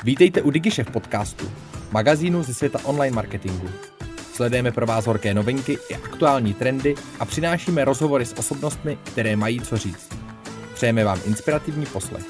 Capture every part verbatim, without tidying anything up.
Vítejte u DigiShef podcastu, magazínu ze světa online marketingu. Sledujeme pro vás horké novinky i aktuální trendy a přinášíme rozhovory s osobnostmi, které mají co říct. Přejeme vám inspirativní poslech.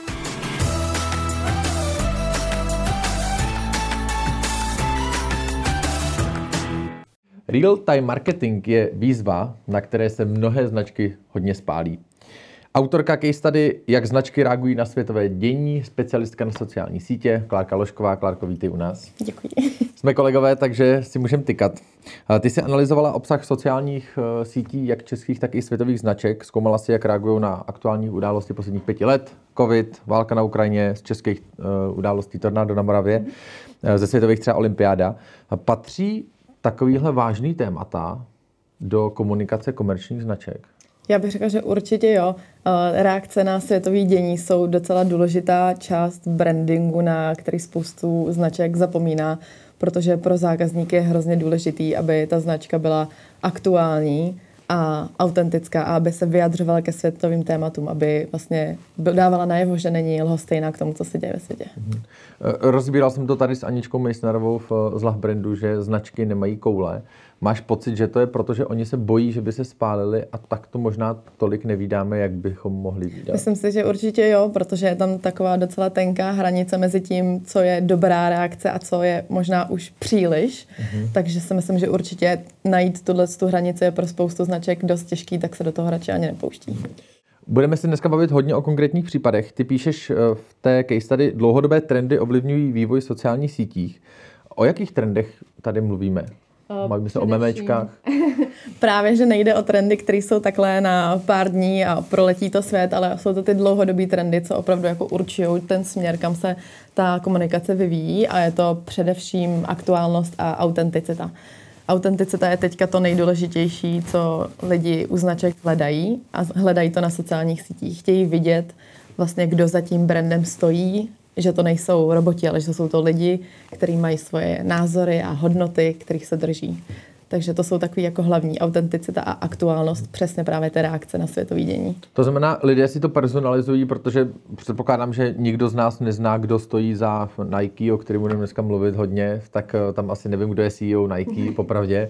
Real-time marketing je výzva, na které se mnohé značky hodně spálí. Autorka case study, jak značky reagují na světové dění, specialistka na sociální sítě, Klárka Ložková. Klárko, vítej u nás. Děkuji. Jsme kolegové, takže si můžeme tykat. Ty jsi analyzovala obsah sociálních sítí, jak českých, tak i světových značek. Zkoumala si, jak reagují na aktuální události posledních pěti let. Covid, válka na Ukrajině, z českých událostí tornádo na Moravě, ze světových třeba olympiáda. Patří takovýhle vážný témata do komunikace komerčních značek? Já bych řekla, že určitě jo. Reakce na světové dění jsou docela důležitá část brandingu, na který spoustu značek zapomíná, protože pro zákazníky je hrozně důležitý, aby ta značka byla aktuální a autentická a aby se vyjadřovala ke světovým tématům, aby vlastně dávala najevo, že není lhostejná k tomu, co se děje ve světě. Mm-hmm. Rozbíral jsem to tady s Aničkou Meissnerovou v Zlah Brandu, že značky nemají koule. Máš pocit, že to je proto, že oni se bojí, že by se spálili a tak to možná tolik nevídáme, jak bychom mohli vídat? Myslím si, že určitě jo, protože je tam taková docela tenká hranice mezi tím, co je dobrá reakce a co je možná už příliš. Mm-hmm. Takže si myslím, že určitě najít tuhle tu hranici je pro spoustu značek dost těžký, tak se do toho radši ani nepouští. Budeme se dneska bavit hodně o konkrétních případech. Ty píšeš v té case study, dlouhodobé trendy ovlivňují vývoj sociálních sítích. O jakých trendech tady mluvíme? Mluvíme se o memečkách. Právě, že nejde o trendy, které jsou takhle na pár dní a proletí to svět, ale jsou to ty dlouhodobý trendy, co opravdu jako určují ten směr, kam se ta komunikace vyvíjí, a je to především aktuálnost a autenticita. Autenticita je teďka to nejdůležitější, co lidi u značek hledají, a hledají to na sociálních sítích. Chtějí vidět vlastně, kdo za tím brandem stojí, že to nejsou roboti, ale že jsou to lidi, kteří mají svoje názory a hodnoty, kterých se drží. Takže to jsou takový jako hlavní autenticita a aktuálnost, přesně právě té reakce na světové dění. To znamená, lidé si to personalizují, protože předpokládám, že nikdo z nás nezná, kdo stojí za Nike, o kterém budeme dneska mluvit hodně, tak tam asi nevím, kdo je C E O Nike, popravdě.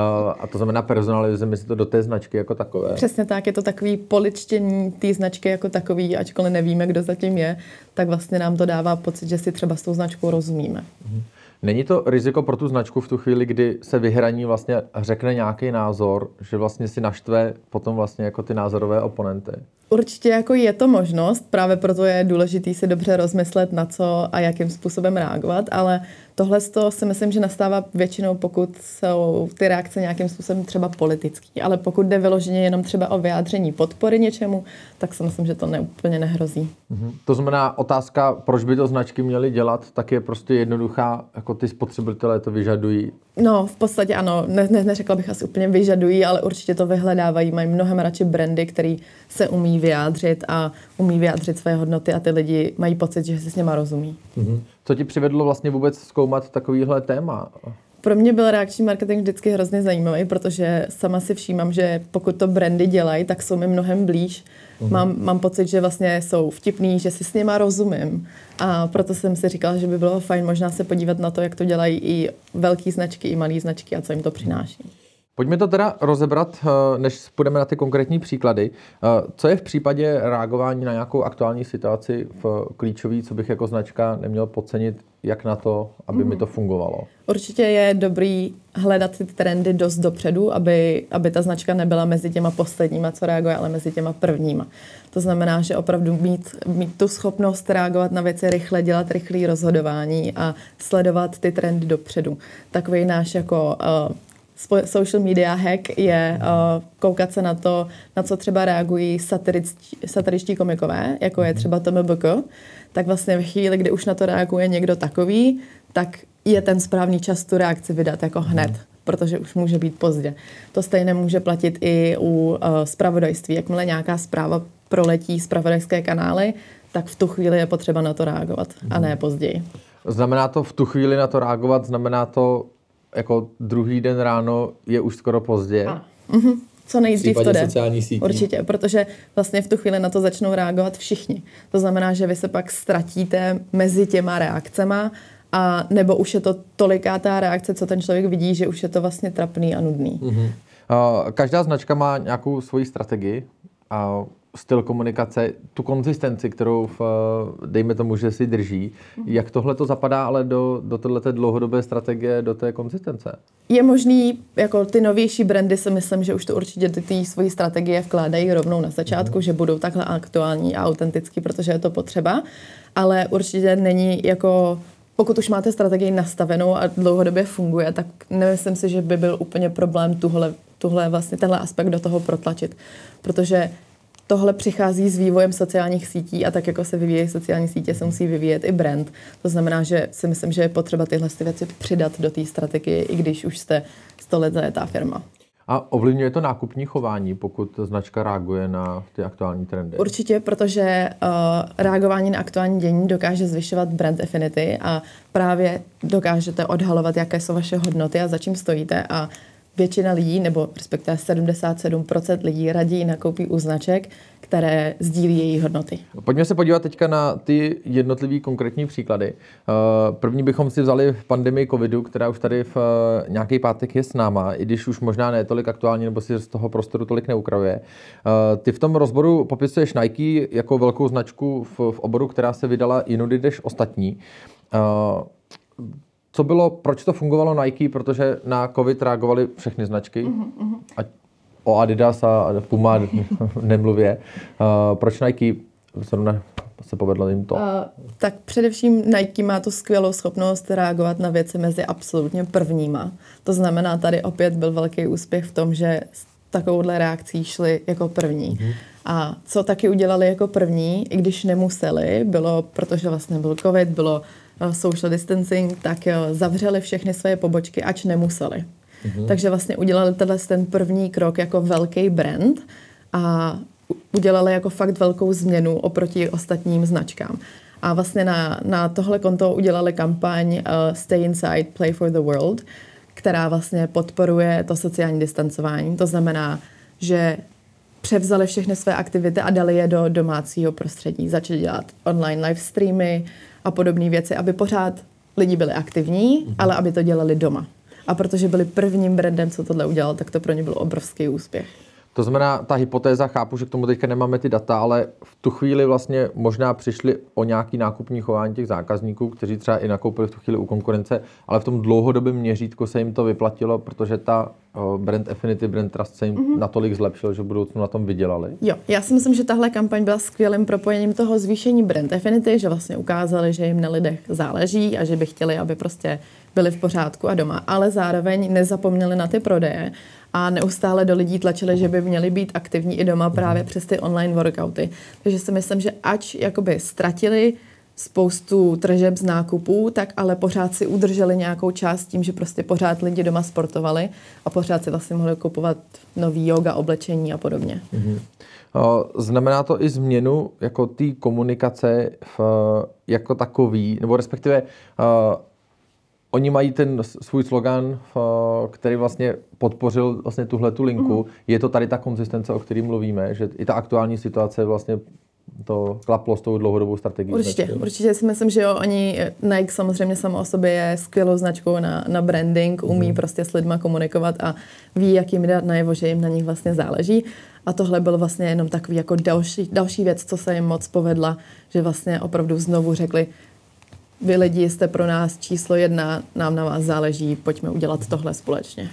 A to znamená, personalizujeme si to do té značky jako takové. Přesně tak, je to takový poličtění té značky jako takový, ačkoliv nevíme, kdo zatím je, tak vlastně nám to dává pocit, že si třeba s tou značkou rozumíme. Mhm. Není to riziko pro tu značku v tu chvíli, kdy se vyhraní vlastně řekne nějaký názor, že vlastně si naštve potom vlastně jako ty názorové oponenty? Určitě jako je to možnost, právě proto je důležité si dobře rozmyslet, na co a jakým způsobem reagovat, ale tohle si myslím, že nastává většinou, pokud jsou ty reakce nějakým způsobem třeba politický, ale pokud jde vyloženě jenom třeba o vyjádření podpory něčemu, tak si myslím, že to neúplně nehrozí. Mhm. To znamená, otázka, proč by to značky měly dělat, tak je prostě jednoduchá, jako ty spotřebitelé to vyžadují. No, v podstatě ano, ne, ne, neřekla bych asi úplně vyžadují, ale určitě to vyhledávají, mají mnohem radši brandy, který se umí vyjádřit a umí vyjádřit své hodnoty a ty lidi mají pocit, že si s něma rozumí. Mhm. Co ti přivedlo vlastně vůbec zkoumat takovýhle téma? Pro mě byl reakční marketing vždycky hrozně zajímavý, protože sama si všímám, že pokud to brandy dělají, tak jsou mi mnohem blíž. Uhum. Mám, mám pocit, že vlastně jsou vtipný, že si s něma rozumím. A proto jsem si říkala, že by bylo fajn možná se podívat na to, jak to dělají i velké značky, i malé značky a co jim to přináší. Pojďme to teda rozebrat, než půjdeme na ty konkrétní příklady. Co je v případě reagování na nějakou aktuální situaci v klíčový, co bych jako značka neměl podcenit, jak na to, aby mm. mi to fungovalo? Určitě je dobrý hledat ty trendy dost dopředu, aby, aby ta značka nebyla mezi těma posledníma, co reaguje, ale mezi těma prvníma. To znamená, že opravdu mít, mít tu schopnost reagovat na věci rychle, dělat rychlé rozhodování a sledovat ty trendy dopředu. Takový náš jako uh, social media hack je uh, koukat se na to, na co třeba reagují satiričtí, satiričtí komikové, jako je třeba T M B K, tak vlastně ve chvíli, kdy už na to reaguje někdo takový, tak je ten správný čas tu reakci vydat jako hned, protože už může být pozdě. To stejné může platit i u uh, zpravodajství. Jakmile nějaká zpráva proletí zpravodajské kanály, tak v tu chvíli je potřeba na to reagovat a ne později. Znamená to v tu chvíli na to reagovat, znamená to jako druhý den ráno je už skoro pozdě? A. Mhm. co nejdřív to jde. Sociální sítí. Určitě, protože vlastně v tu chvíli na to začnou reagovat všichni. To znamená, že vy se pak ztratíte mezi těma reakcema, a nebo už je to tolikátá reakce, co ten člověk vidí, že už je to vlastně trapný a nudný. Mm-hmm. Každá značka má nějakou svoji strategii a styl komunikace, tu konzistenci, kterou v, dejme tomu, že si drží. Jak tohle to zapadá ale do, do této dlouhodobé strategie, do té konzistence? Je možný, jako ty novější brandy si myslím, že už to určitě ty, ty svoji strategie vkládají rovnou na začátku, mm. že budou takhle aktuální a autentický, protože je to potřeba, ale určitě není jako... Pokud už máte strategii nastavenou a dlouhodobě funguje, tak nemyslím si, že by byl úplně problém tuhle, tuhle vlastně tenhle aspekt do toho protlačit, protože tohle přichází s vývojem sociálních sítí a tak, jako se vyvíjejí sociální sítě, se musí vyvíjet i brand. To znamená, že si myslím, že je potřeba tyhle věci přidat do té strategie, i když už jste sto let zajetá firma. A ovlivňuje to nákupní chování, pokud značka reaguje na ty aktuální trendy? Určitě, protože uh, reagování na aktuální dění dokáže zvyšovat brand affinity a právě dokážete odhalovat, jaké jsou vaše hodnoty a za čím stojíte, a většina lidí, nebo respektive sedmdesát sedm procent lidí raději nakoupí u značek, které sdílí její hodnoty. Pojďme se podívat teďka na ty jednotlivý konkrétní příklady. První bychom si vzali pandemii covidu, která už tady v nějaký pátek je s náma, i když už možná ne tolik aktuální, nebo si z toho prostoru tolik neukravuje. Ty v tom rozboru popisuješ Nike jako velkou značku v, v oboru, která se vydala jinudy než ostatní. Co bylo, proč to fungovalo Nike? Protože na covid reagovaly všechny značky. Mm-hmm. Ať o Adidas a Puma nemluvě. Uh, proč Nike zrovna se povedlo jim to? Uh, tak především Nike má tu skvělou schopnost reagovat na věci mezi absolutně prvníma. To znamená, tady opět byl velký úspěch v tom, že s takovouhle reakcí šli jako první. Mm-hmm. A co taky udělali jako první, i když nemuseli, bylo, protože vlastně byl covid, bylo social distancing, tak zavřeli všechny své pobočky, ač nemuseli. Mm-hmm. Takže vlastně udělali tenhle ten první krok jako velký brand a udělali jako fakt velkou změnu oproti ostatním značkám. A vlastně na, na tohle konto udělali kampaň uh, Stay Inside, Play for the World, která vlastně podporuje to sociální distancování. To znamená, že převzali všechny své aktivity a dali je do domácího prostředí. Začali dělat online live streamy a podobné věci, aby pořád lidi byli aktivní, mm-hmm. ale aby to dělali doma. A protože byli prvním brandem, co tohle udělal, tak to pro ně byl obrovský úspěch. To znamená, ta hypotéza, chápu, že k tomu teďka nemáme ty data, ale v tu chvíli vlastně možná přišli o nějaký nákupní chování těch zákazníků, kteří třeba i nakoupili v tu chvíli u konkurence, ale v tom dlouhodobém měřítku se jim to vyplatilo, protože ta brand affinity, brand trust se jim mm-hmm. natolik zlepšil, že v budoucnu na tom vydělali. Jo, já si myslím, že tahle kampaň byla skvělým propojením toho zvýšení brand affinity, že vlastně ukázali, že jim na lidech záleží a že by chtěli, aby prostě byli v pořádku a doma, ale zároveň nezapomněli na ty prodeje a neustále do lidí tlačili, že by měli být aktivní i doma právě mm. přes ty online workouty. Takže si myslím, že ač jakoby ztratili spoustu tržeb z nákupů, tak ale pořád si udrželi nějakou část tím, že prostě pořád lidi doma sportovali a pořád si vlastně mohli kupovat nový yoga, oblečení a podobně. Mm-hmm. Znamená to i změnu jako té komunikace v, jako takový, nebo respektive uh, oni mají ten svůj slogan, který vlastně podpořil vlastně tuhletu linku. Mm. Je to tady ta konzistence, o které mluvíme, že i ta aktuální situace vlastně to klaplo s tou dlouhodobou strategií. Určitě, značky. Určitě si myslím, že jo, oni, Nike samozřejmě samo o sobě je skvělou značkou na, na branding, umí mm. prostě s lidma komunikovat a ví, jak jim dát najevo, že jim na nich vlastně záleží. A tohle byl vlastně jenom takový jako další, další věc, co se jim moc povedla, že vlastně opravdu znovu řekli, vy lidi jste pro nás číslo jedna, nám na vás záleží, pojďme udělat tohle společně.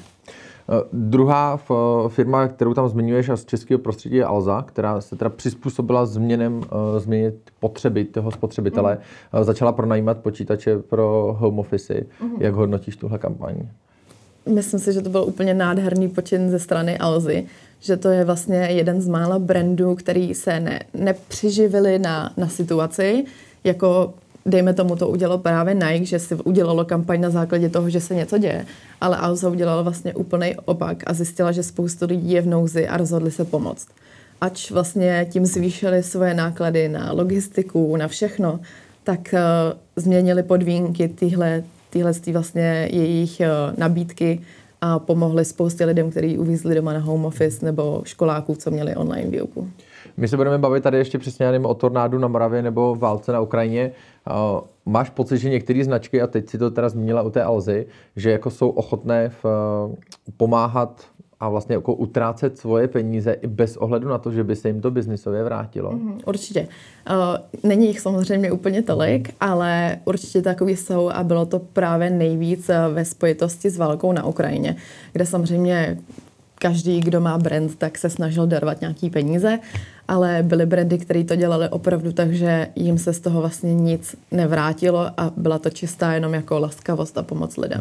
Druhá firma, kterou tam zmiňuješ z českého prostředí, je Alza, která se teda přizpůsobila změnem, změnit potřeby toho spotřebitele. Mm. Začala pronajímat počítače pro home office. Mm. Jak hodnotíš tuhle kampaň? Myslím si, že to byl úplně nádherný počin ze strany Alzy, že to je vlastně jeden z mála brandů, který se ne, nepřiživili na, na situaci, jako dejme tomu, to udělalo právě Nike, že si udělalo kampaň na základě toho, že se něco děje, ale Alza udělala vlastně úplný opak a zjistila, že spoustu lidí je v nouzi a rozhodli se pomoct. Ač vlastně tím zvýšili svoje náklady na logistiku, na všechno, tak uh, změnili podmínky tyhle, tyhle vlastně jejich uh, nabídky a pomohli spoustě lidem, kteří uvízli doma na home office nebo školáků, co měli online výuku. My se budeme bavit tady ještě přesně nevím, o tornádu na Moravě nebo válce na Ukrajině. Máš pocit, že některé značky, a teď si to teda zmínila u té Alzy, že jako jsou ochotné v, pomáhat a vlastně jako utrácet svoje peníze i bez ohledu na to, že by se jim to biznisově vrátilo? Mm, určitě. Není jich samozřejmě úplně tolik, ale určitě takový jsou a bylo to právě nejvíc ve spojitosti s válkou na Ukrajině, kde samozřejmě každý, kdo má brand, tak se snažil darovat nějaký peníze, ale byly brandy, které to dělali opravdu tak, že jim se z toho vlastně nic nevrátilo a byla to čistá jenom jako laskavost a pomoc lidem.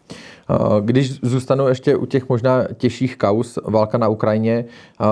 Když zůstanu ještě u těch možná těžších kauz, válka na Ukrajině,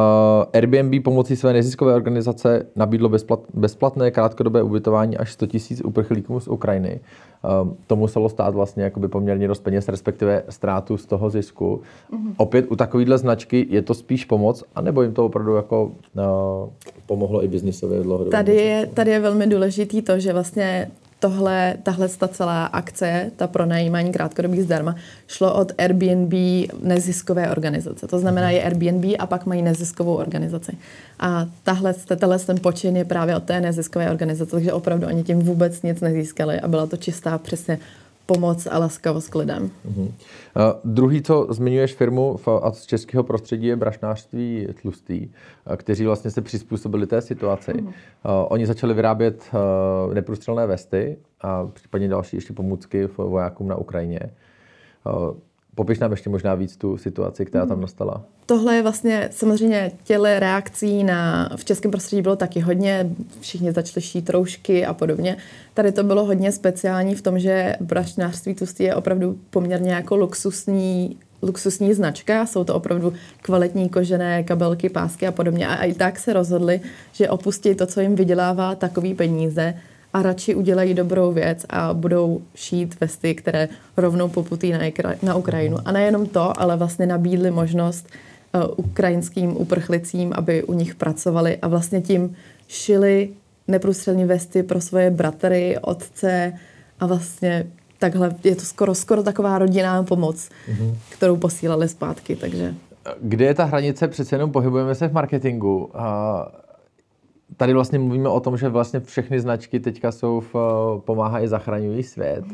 Airbnb pomocí své neziskové organizace nabídlo bezplat, bezplatné krátkodobé ubytování až sto tisíc uprchlíkům z Ukrajiny. To muselo stát vlastně jakoby poměrně dost peněz, respektive ztrátu z toho zisku. Mm-hmm. Opět u takovýhle značky je to spíš pomoc, anebo jim to opravdu jako uh, pomohlo i biznisově dlouhodobě? Tady je, tady je velmi důležitý to, že vlastně tohle, tahle ta celá akce, ta pronajímání krátkodobých zdarma, šlo od Airbnb neziskové organizace. To znamená, je Airbnb a pak mají neziskovou organizaci. A tahle, tahle ten počin je právě od té neziskové organizace, takže opravdu oni tím vůbec nic nezískali a byla to čistá přesně pomoc a laskavost k lidem. Uh-huh. Uh, druhý, co zmiňuješ firmu v, a z českého prostředí, je brašnářství Tlustý, uh, kteří vlastně se přizpůsobili té situaci. Uh-huh. Uh, oni začali vyrábět uh, neprůstřelné vesty a případně další ještě pomůcky vojákům na Ukrajině. Uh, Popiš nám ještě možná víc tu situaci, která tam nastala. Tohle je vlastně samozřejmě těle reakcí na, v českém prostředí bylo taky hodně, všichni začali šít roušky a podobně. Tady to bylo hodně speciální v tom, že brašnářství Tlustý je opravdu poměrně jako luxusní, luxusní značka, jsou to opravdu kvalitní kožené kabelky, pásky a podobně. A i tak se rozhodli, že opustí to, co jim vydělává takový peníze, a radši udělají dobrou věc a budou šít vesty, které rovnou poputí na, na Ukrajinu. A nejenom to, ale vlastně nabídli možnost uh, ukrajinským uprchlicím, aby u nich pracovali a vlastně tím šili neprůstřelné vesty pro svoje bratry, otce a vlastně takhle je to skoro, skoro taková rodinná pomoc, mm-hmm. kterou posílali zpátky. Takže. Kde je ta hranice? Přece jenom pohybujeme se v marketingu. A tady vlastně mluvíme o tom, že vlastně všechny značky teďka jsou v, pomáhají, zachraňují svět.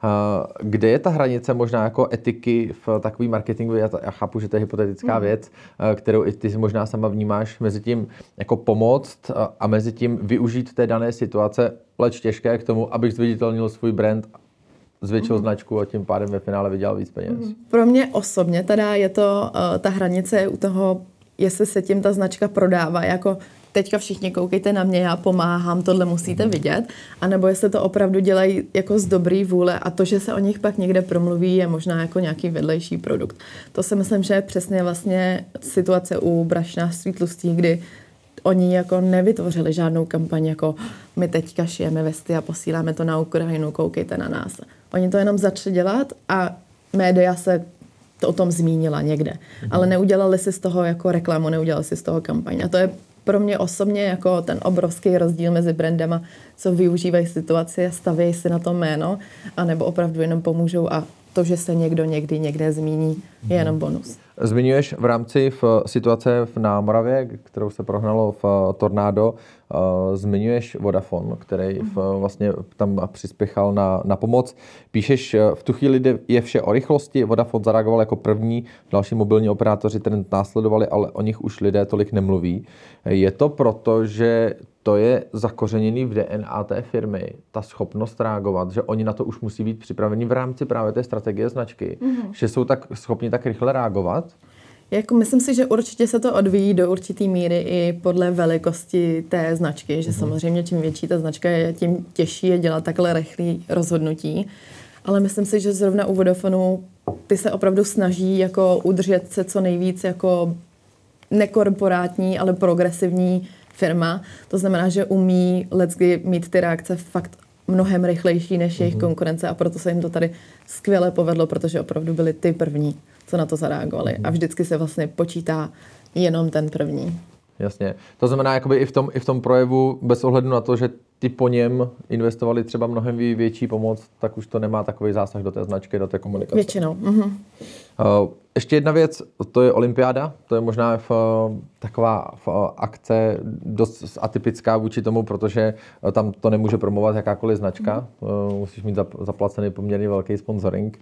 Kde je ta hranice možná jako etiky v takový marketingu? Já, já chápu, že to je hypotetická mm. věc, kterou i ty možná sama vnímáš, mezi tím jako pomoct a mezi tím využít té dané situace, leč těžké k tomu, abych zviditelnil svůj brand, zvětšil mm. značku a tím pádem ve finále vydělal víc peněz. Mm. Pro mě osobně teda je to uh, ta hranice u toho, jestli se tím ta značka prodává jako teďka všichni koukejte na mě, já pomáhám, tohle musíte vidět, anebo jestli to opravdu dělají jako z dobrý vůle a to, že se o nich pak někde promluví, je možná jako nějaký vedlejší produkt. To si myslím, že je přesně vlastně situace u brašnářství Tlustý, kdy oni jako nevytvořili žádnou kampaň, jako my teďka šijeme vesty a posíláme to na Ukrajinu, koukejte na nás. Oni to jenom začali dělat a média se to o tom zmínila někde, mhm. ale neudělali si z toho jako reklamu, neudělali si z toho kampaň. A to je pro mě osobně jako ten obrovský rozdíl mezi brandama, co využívají situaci a stavějí si na to jméno, anebo opravdu jenom pomůžou a to, že se někdo někdy někde zmíní, je jenom bonus. Zmiňuješ v rámci v situace na Moravě, kterou se prohnalo v tornádo, zmiňuješ Vodafone, který v, vlastně tam přispěchal na, na pomoc. Píšeš, v tu chvíli je vše o rychlosti, Vodafone zareagoval jako první, další mobilní operátoři trend následovali, ale o nich už lidé tolik nemluví. Je to proto, že to je zakořeněný v D N A té firmy, ta schopnost reagovat, že oni na to už musí být připraveni v rámci právě té strategie značky, mm-hmm. že jsou tak schopni tak rychle reagovat? Jako myslím si, že určitě se to odvíjí do určitý míry i podle velikosti té značky, že mm-hmm. samozřejmě čím větší ta značka je, tím těžší je dělat takhle rychlý rozhodnutí. Ale myslím si, že zrovna u Vodafonu ty se opravdu snaží jako udržet se co nejvíc jako nekorporátní, ale progresivní firma. To znamená, že umí leckdy mít ty reakce fakt mnohem rychlejší než jejich mm-hmm. konkurence a proto se jim to tady skvěle povedlo, protože opravdu byli ty první, co na to zareagovali. Mm-hmm. A vždycky se vlastně počítá jenom ten první. Jasně. To znamená, jakoby i v tom, i v tom projevu, bez ohledu na to, že ty po něm investovali třeba mnohem větší pomoc, tak už to nemá takový zásah do té značky, do té komunikace. Většinou. Mhm. Ještě jedna věc, to je olympiáda, to je možná v, taková v akce dost atypická vůči tomu, protože tam to nemůže promovat jakákoliv značka, mm. musíš mít zaplacený poměrně velký sponsoring.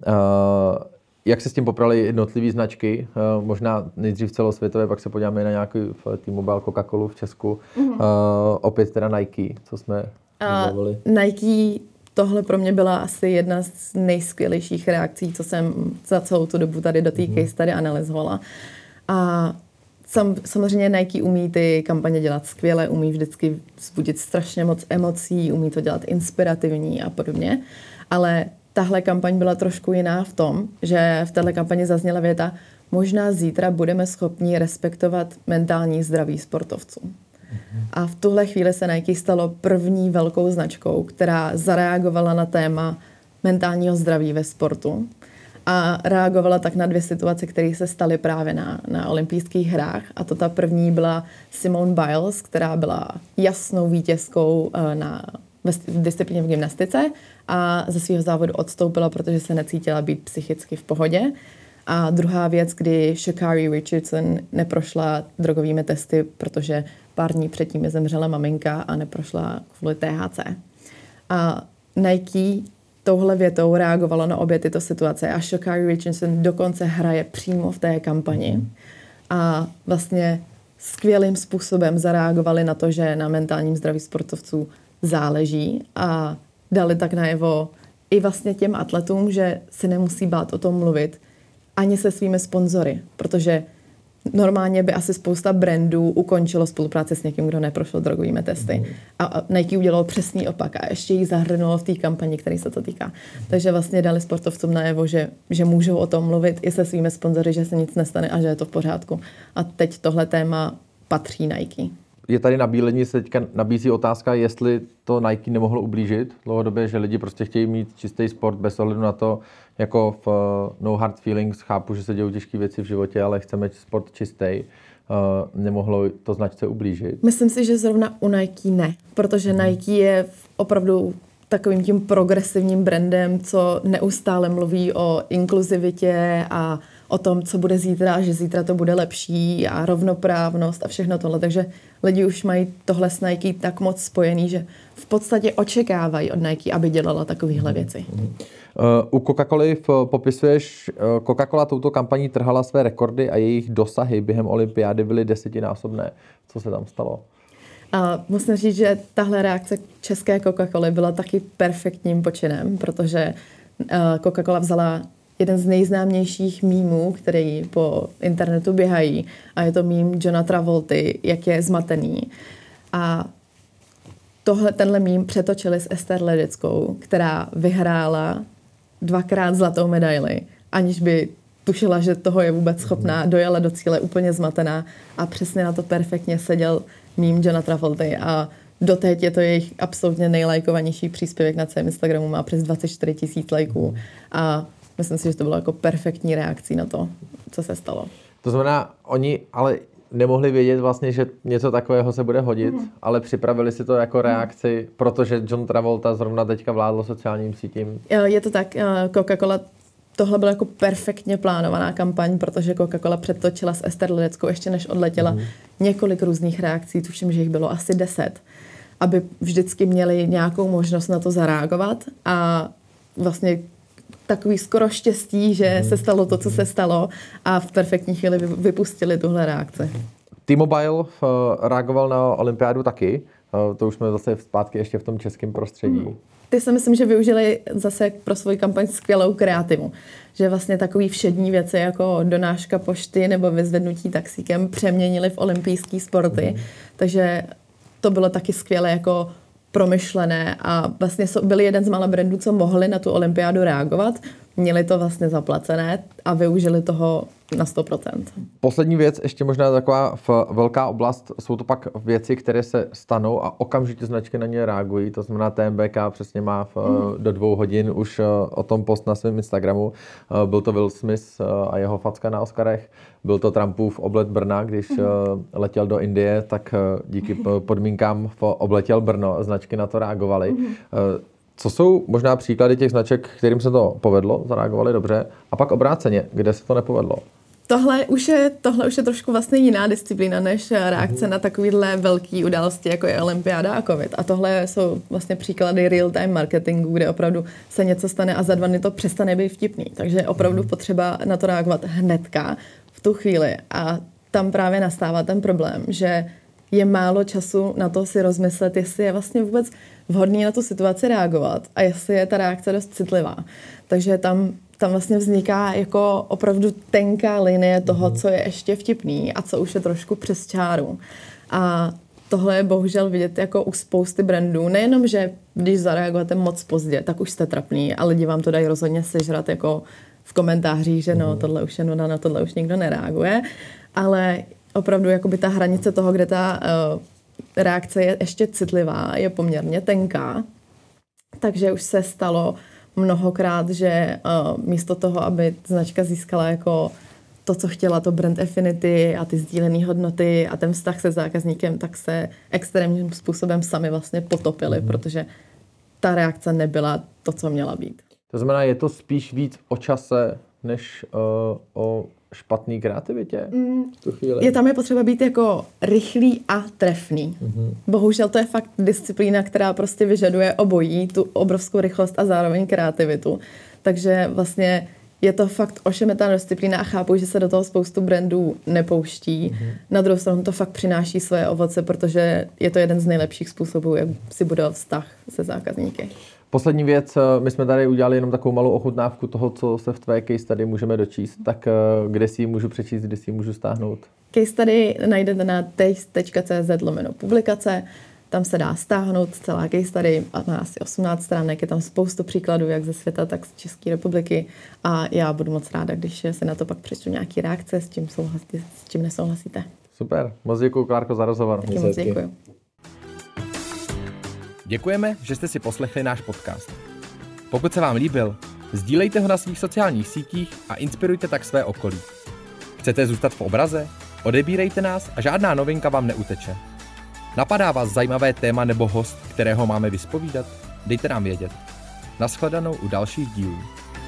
Jak se s tím poprali jednotlivé značky, možná nejdřív celosvětové, pak se podíváme na nějaký T-Mobile, Coca-Colu v Česku, mm. opět teda Nike, co jsme uh, Nike, tohle pro mě byla asi jedna z nejskvělejších reakcí, co jsem za celou tu dobu tady do té mm. case tady analyzovala. A sam, samozřejmě Nike umí ty kampaně dělat skvěle, umí vždycky vzbudit strašně moc emocí, umí to dělat inspirativní a podobně, ale tahle kampaň byla trošku jiná v tom, že v téhle kampani zazněla věta, možná zítra budeme schopni respektovat mentální zdraví sportovců. Mm-hmm. A v tuhle chvíli se Nike stalo první velkou značkou, která zareagovala na téma mentálního zdraví ve sportu a reagovala tak na dvě situace, které se staly právě na, na olympijských hrách. A to ta první byla Simone Biles, která byla jasnou vítězkou na v disciplíně v gymnastice a ze svého závodu odstoupila, protože se necítila být psychicky v pohodě. A druhá věc, kdy Sha'Carri Richardson neprošla drogovými testy, protože pár dní předtím je zemřela maminka a neprošla kvůli T H C. A Nike touhle větou reagovalo na obě tyto situace a Sha'Carri Richardson dokonce hraje přímo v té kampani. A vlastně skvělým způsobem zareagovali na to, že na mentálním zdraví sportovců záleží a dali tak najevo i vlastně těm atletům, že se nemusí bát o tom mluvit ani se svými sponzory, protože normálně by asi spousta brandů ukončilo spolupráci s někým, kdo neprošel drogovými testy. A Nike udělalo přesný opak a ještě jich zahrnulo v té kampani, který se to týká. Takže vlastně dali sportovcům najevo, že, že můžou o tom mluvit i se svými sponzory, že se nic nestane a že je to v pořádku. A teď tohle téma patří Nike. Je tady na bílení, se teďka nabízí otázka, jestli to Nike nemohlo ublížit dlouhodobě, že lidi prostě chtějí mít čistý sport bez ohledu na to, jako v uh, No Hard Feelings, chápu, že se dějou těžké věci v životě, ale chceme sport čistý. Uh, nemohlo to značce ublížit? Myslím si, že zrovna u Nike ne, protože Nike je opravdu takovým tím progresivním brandem, co neustále mluví o inkluzivitě a o tom, co bude zítra, že zítra to bude lepší a rovnoprávnost a všechno tohle. Takže lidi už mají tohle s Nike tak moc spojený, že v podstatě očekávají od Nike, aby dělala takovéhle věci. U Coca-Coly popisuješ, Coca-Cola touto kampaní trhala své rekordy a jejich dosahy během olympiády byly desetinásobné. Co se tam stalo? A musím říct, že tahle reakce české Coca-Coly byla taky perfektním počinem, protože Coca-Cola vzala jeden z nejznámějších mýmů, který po internetu běhají, a je to mým Johna Travolty, jak je zmatený. A tohle, tenhle mým přetočili s Ester Ledeckou, která vyhrála dvakrát zlatou medaili, aniž by tušila, že toho je vůbec schopná, dojela do cíle úplně zmatená a přesně na to perfektně seděl mým Johna Travolty a doteď je to jejich absolutně nejlajkovanější příspěvek na celém Instagramu, má přes dvacet čtyři tisíc lajků a myslím si, že to bylo jako perfektní reakcí na to, co se stalo. To znamená, oni ale nemohli vědět vlastně, že něco takového se bude hodit, mm. ale připravili si to jako reakci, mm. protože John Travolta zrovna teďka vládlo sociálním sítím. Je to tak, Coca-Cola, tohle byla jako perfektně plánovaná kampaň, protože Coca-Cola přetočila s Ester Ledeckou ještě než odletěla mm. několik různých reakcí, tuším, že jich bylo asi deset, aby vždycky měli nějakou možnost na to zareagovat a vlastně takový skoro štěstí, že mm. se stalo to, co se stalo a v perfektní chvíli vypustili tuhle reakci. T-Mobile uh, reagoval na olympiádu taky. Uh, to už jsme zase zpátky ještě v tom českém prostředí. Mm. Ty si myslím, že využili zase pro svoji kampaň skvělou kreativu. Že vlastně takový všední věci jako donáška pošty nebo vyzvednutí taxíkem přeměnili v olympijské sporty. Mm. Takže to bylo taky skvěle jako promyšlené a vlastně byli jeden z mála brandů, co mohli na tu olympiádu reagovat, měli to vlastně zaplacené a využili toho na sto procent. Poslední věc, ještě možná taková velká oblast, jsou to pak věci, které se stanou a okamžitě značky na ně reagují. To znamená, T M B K přesně má v, mm. do dvou hodin už o tom post na svém Instagramu. Byl to Will Smith a jeho facka na Oscarech. Byl to Trumpův oblet Brna, když mm. letěl do Indie, tak díky podmínkám obletěl Brno. Značky na to reagovaly. Mm. Co jsou možná příklady těch značek, kterým se to povedlo, zareagovali dobře, a pak obráceně, kde se to nepovedlo? Tohle už je, tohle už je trošku vlastně jiná disciplína než reakce mm. na takovýhle velký události, jako je olympiáda a covid. A tohle jsou vlastně příklady real-time marketingu, kde opravdu se něco stane a za dva dny to přestane být vtipný. Takže je opravdu mm. potřeba na to reagovat hnedka, v tu chvíli. A tam právě nastává ten problém, že je málo času na to si rozmyslet, jestli je vlastně vůbec vhodný na tu situaci reagovat a jestli je ta reakce dost citlivá. Takže tam, tam vlastně vzniká jako opravdu tenká linie toho, co je ještě vtipný a co už je trošku přes čáru. A tohle je bohužel vidět jako u spousty brandů. Nejenom, že když zareagujete moc pozdě, tak už jste trapný a lidi vám to dají rozhodně sežrat jako v komentářích, že no, tohle už je nuda, na tohle už nikdo nereaguje, ale opravdu jakoby ta hranice toho, kde ta uh, reakce je ještě citlivá, je poměrně tenká. Takže už se stalo mnohokrát, že uh, místo toho, aby značka získala jako to, co chtěla, to brand affinity a ty sdílené hodnoty a ten vztah se zákazníkem, tak se extrémním způsobem sami vlastně potopili, mm. protože ta reakce nebyla to, co měla být. To znamená, je to spíš víc o čase, než uh, o špatný kreativitě? Mm. Je tam je potřeba být jako rychlý a trefný. Mm-hmm. Bohužel to je fakt disciplína, která prostě vyžaduje obojí, tu obrovskou rychlost a zároveň kreativitu. Takže vlastně je to fakt ošemetná disciplína a chápu, že se do toho spoustu brandů nepouští. Mm-hmm. Na druhou stranu to fakt přináší svoje ovoce, protože je to jeden z nejlepších způsobů, jak si budovat vztah se zákazníky. Poslední věc, my jsme tady udělali jenom takovou malou ochutnávku toho, co se v tvé case study můžeme dočíst. Tak kde si ji můžu přečíst, kde si ji můžu stáhnout? Case study najdete na taste tečka cé zet lomeno publikace. Tam se dá stáhnout celá case study, má asi osmnáct stránek, je tam spoustu příkladů, jak ze světa, tak z České republiky. A já budu moc ráda, když se na to pak přečtu nějaký reakce, s čím souhlasíte, s čím nesouhlasíte. Super, moc děkuju, Klárko, za rozhovor. Taky moc děkuju. Děkujeme, že jste si poslechli náš podcast. Pokud se vám líbil, sdílejte ho na svých sociálních sítích a inspirujte tak své okolí. Chcete zůstat v obraze? Odebírejte nás a žádná novinka vám neuteče. Napadá vás zajímavé téma nebo host, kterého máme vyspovídat? Dejte nám vědět. Nashledanou u dalších dílů.